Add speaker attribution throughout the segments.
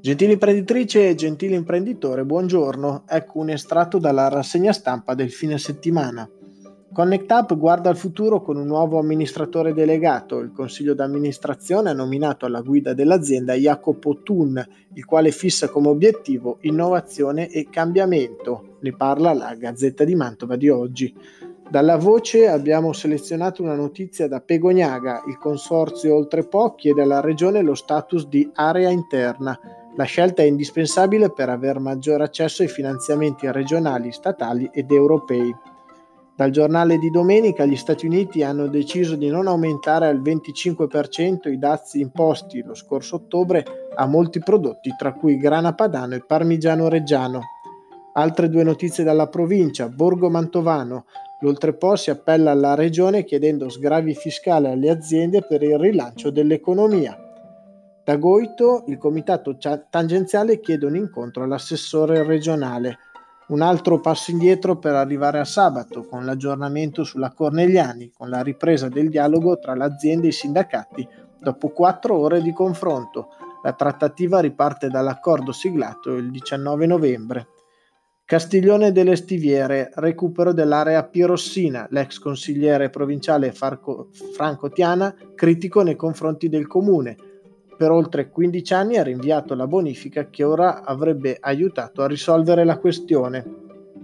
Speaker 1: Gentili imprenditrici e gentile imprenditore, buongiorno. Ecco un estratto dalla rassegna stampa del fine settimana. Connect Up guarda al futuro con un nuovo amministratore delegato. Il consiglio d'amministrazione ha nominato alla guida dell'azienda Jacopo Thun, il quale fissa come obiettivo innovazione e cambiamento. Ne parla la Gazzetta di Mantova di oggi. Dalla Voce abbiamo selezionato una notizia da Pegognaga. Il consorzio Oltrepo chiede alla regione lo status di area interna. La scelta è indispensabile per aver maggiore accesso ai finanziamenti regionali, statali ed europei. Dal giornale di domenica, gli Stati Uniti hanno deciso di non aumentare al 25% i dazi imposti lo scorso ottobre a molti prodotti, tra cui grana padano e parmigiano reggiano. Altre due notizie dalla provincia. Borgo Mantovano. L'Oltrepo si appella alla regione chiedendo sgravi fiscali alle aziende per il rilancio dell'economia. Da Goito il comitato tangenziale chiede un incontro all'assessore regionale. Un altro passo indietro per arrivare a sabato, con l'aggiornamento sulla Corneliani, con la ripresa del dialogo tra l'azienda e i sindacati dopo 4 ore di confronto. La trattativa riparte dall'accordo siglato il 19 novembre. Castiglione delle Stiviere, recupero dell'area Pirossina. L'ex consigliere provinciale Franco Tiana critico nei confronti del comune. Per oltre 15 anni ha rinviato la bonifica che ora avrebbe aiutato a risolvere la questione.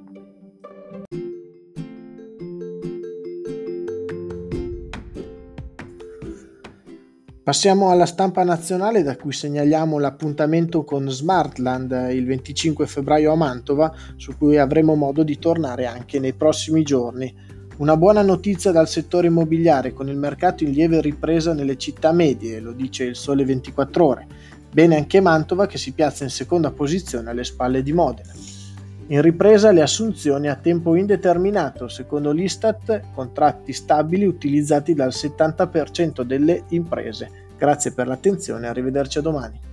Speaker 1: Passiamo alla stampa nazionale, da cui segnaliamo l'appuntamento con Smartland il 25 febbraio a Mantova, su cui avremo modo di tornare anche nei prossimi giorni. Una buona notizia dal settore immobiliare, con il mercato in lieve ripresa nelle città medie, lo dice il Sole 24 Ore. Bene anche Mantova, che si piazza in seconda posizione alle spalle di Modena. In ripresa le assunzioni a tempo indeterminato, secondo l'Istat, contratti stabili utilizzati dal 70% delle imprese. Grazie per l'attenzione, arrivederci a domani.